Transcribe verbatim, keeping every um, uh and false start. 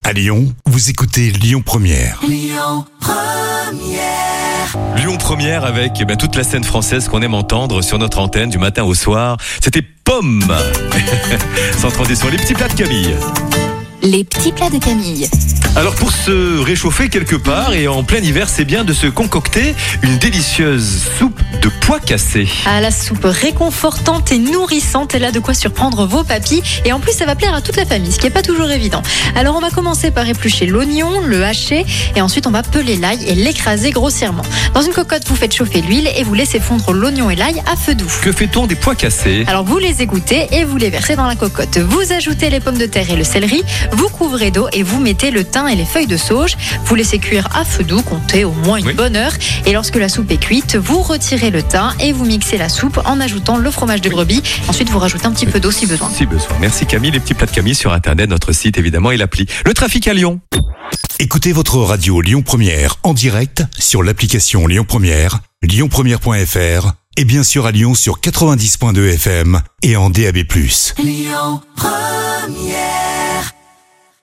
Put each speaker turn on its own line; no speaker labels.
À Lyon, vous écoutez Lyon Première.
Lyon Première.
Lyon Première avec eh bien, toute la scène française qu'on aime entendre sur notre antenne du matin au soir. C'était Pomme. Sans transition, les petits plats de Camille.
Les petits plats de Camille.
Alors pour se réchauffer quelque part et en plein hiver, c'est bien de se concocter une délicieuse soupe de pois cassés.
Ah, la soupe réconfortante et nourrissante, elle a de quoi surprendre vos papis. Et en plus, ça va plaire à toute la famille, ce qui n'est pas toujours évident. Alors on va commencer par éplucher l'oignon, le hacher, et ensuite on va peler l'ail et l'écraser grossièrement. Dans une cocotte, vous faites chauffer l'huile et vous laissez fondre l'oignon et l'ail à feu doux.
Que fait-on des pois cassés?
Alors vous les égouttez et vous les versez dans la cocotte. Vous ajoutez les pommes de terre et le céleri, vous couvrez d'eau et vous mettez le thym et les feuilles de sauge. Vous laissez cuire à feu doux, comptez au moins une
oui.
bonne heure. Et lorsque la soupe est cuite, vous retirez le thym et vous mixez la soupe en ajoutant le fromage de brebis. Ensuite, vous rajoutez un petit peu d'eau si besoin.
Si besoin. Merci Camille. Les petits plats de Camille sur Internet, notre site évidemment et l'appli. Le trafic à Lyon.
Écoutez votre radio Lyon Première en direct sur l'application Lyon Première, lyon première point f r et bien sûr à Lyon sur quatre-vingt-dix virgule deux F M et en D A B plus.
Lyon Première.